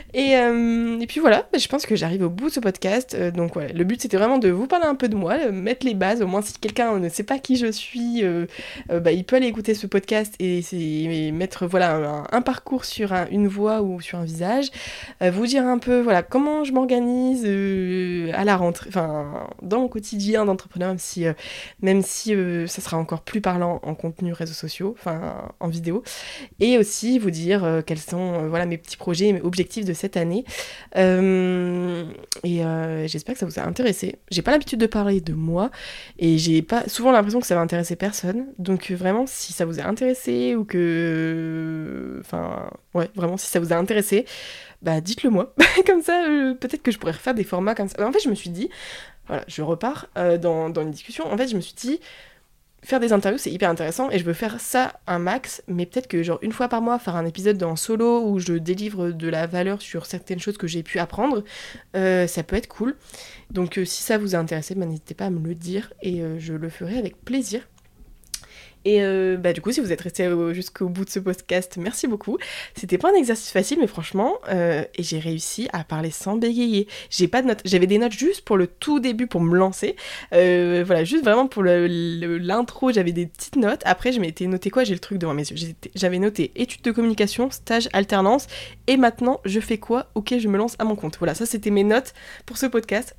Et, euh, et puis voilà, bah, je pense que j'arrive au bout de ce podcast. Euh, donc voilà, le but c'était vraiment de vous parler un peu de moi, euh, mettre les bases. Au moins, si quelqu'un ne sait pas qui je suis, euh, euh, bah, il peut aller écouter ce podcast et, c'est, et mettre voilà, un, un parcours sur un, une voix ou sur un visage. Euh, vous dire un peu voilà, comment je m'organise euh, à la rentrée, enfin, dans mon quotidien d'entrepreneur, même si, euh, même si euh, ça sera encore plus parlant en contenu réseaux sociaux, enfin en vidéo. Et aussi vous dire euh, quels sont euh, voilà, mes petits projets, mes objectifs de cette année. Euh, et euh, j'espère que ça vous a intéressé. J'ai pas l'habitude de parler de moi et j'ai pas souvent l'impression que ça va intéresser personne. Donc euh, vraiment, si ça vous a intéressé ou que... Enfin, ouais, vraiment, si ça vous a intéressé, bah dites-le moi. Comme ça, euh, peut-être que je pourrais refaire des formats comme ça. En fait, je me suis dit, voilà, je repars euh, dans, dans une discussion. En fait, je me suis dit, faire des interviews c'est hyper intéressant et je veux faire ça un max, mais peut-être que genre une fois par mois faire un épisode en solo où je délivre de la valeur sur certaines choses que j'ai pu apprendre, euh, ça peut être cool. Donc euh, si ça vous a intéressé, bah, n'hésitez pas à me le dire et euh, je le ferai avec plaisir. Et euh, bah du coup, si vous êtes resté au, jusqu'au bout de ce podcast, merci beaucoup. C'était pas un exercice facile, mais franchement, euh, et j'ai réussi à parler sans bégayer. J'ai pas de notes, j'avais des notes juste pour le tout début, pour me lancer. Euh, voilà, juste vraiment pour le, le, l'intro, j'avais des petites notes. Après, je m'étais noté quoi ? J'ai le truc devant mes yeux. J'étais, j'avais noté études de communication, stage, alternance. Et maintenant, je fais quoi ? Ok, je me lance à mon compte. Voilà, ça c'était mes notes pour ce podcast.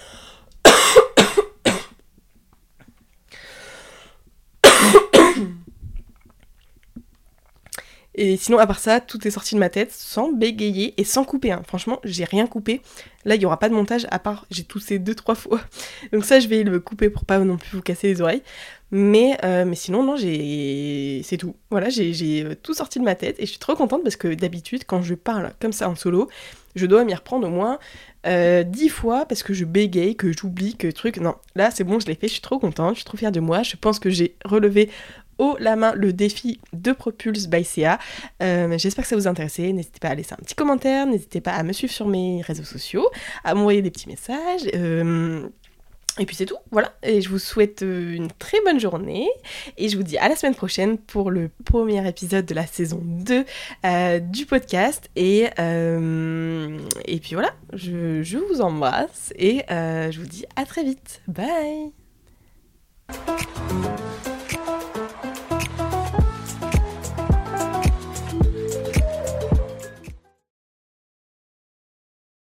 Et sinon, à part ça, tout est sorti de ma tête sans bégayer et sans couper. Hein. Franchement, j'ai rien coupé. Là, il n'y aura pas de montage à part j'ai toussé deux, trois fois. Donc ça, je vais le couper pour pas non plus vous casser les oreilles. Mais, euh, mais sinon, non, j'ai... c'est tout. Voilà, j'ai, j'ai tout sorti de ma tête et je suis trop contente parce que d'habitude, quand je parle comme ça en solo, je dois m'y reprendre au moins euh, dix fois parce que je bégaye, que j'oublie, que truc... Non, là, c'est bon, je l'ai fait, je suis trop contente, je suis trop fière de moi. Je pense que j'ai relevé haut la main le défi de Propulse by C A. Euh, j'espère que ça vous a intéressé. N'hésitez pas à laisser un petit commentaire, n'hésitez pas à me suivre sur mes réseaux sociaux, à m'envoyer des petits messages. Euh, et puis c'est tout, voilà. Et je vous souhaite une très bonne journée. Et je vous dis à la semaine prochaine pour le premier épisode de la saison deux euh, du podcast. Et, euh, et puis voilà, je, je vous embrasse et euh, je vous dis à très vite. Bye!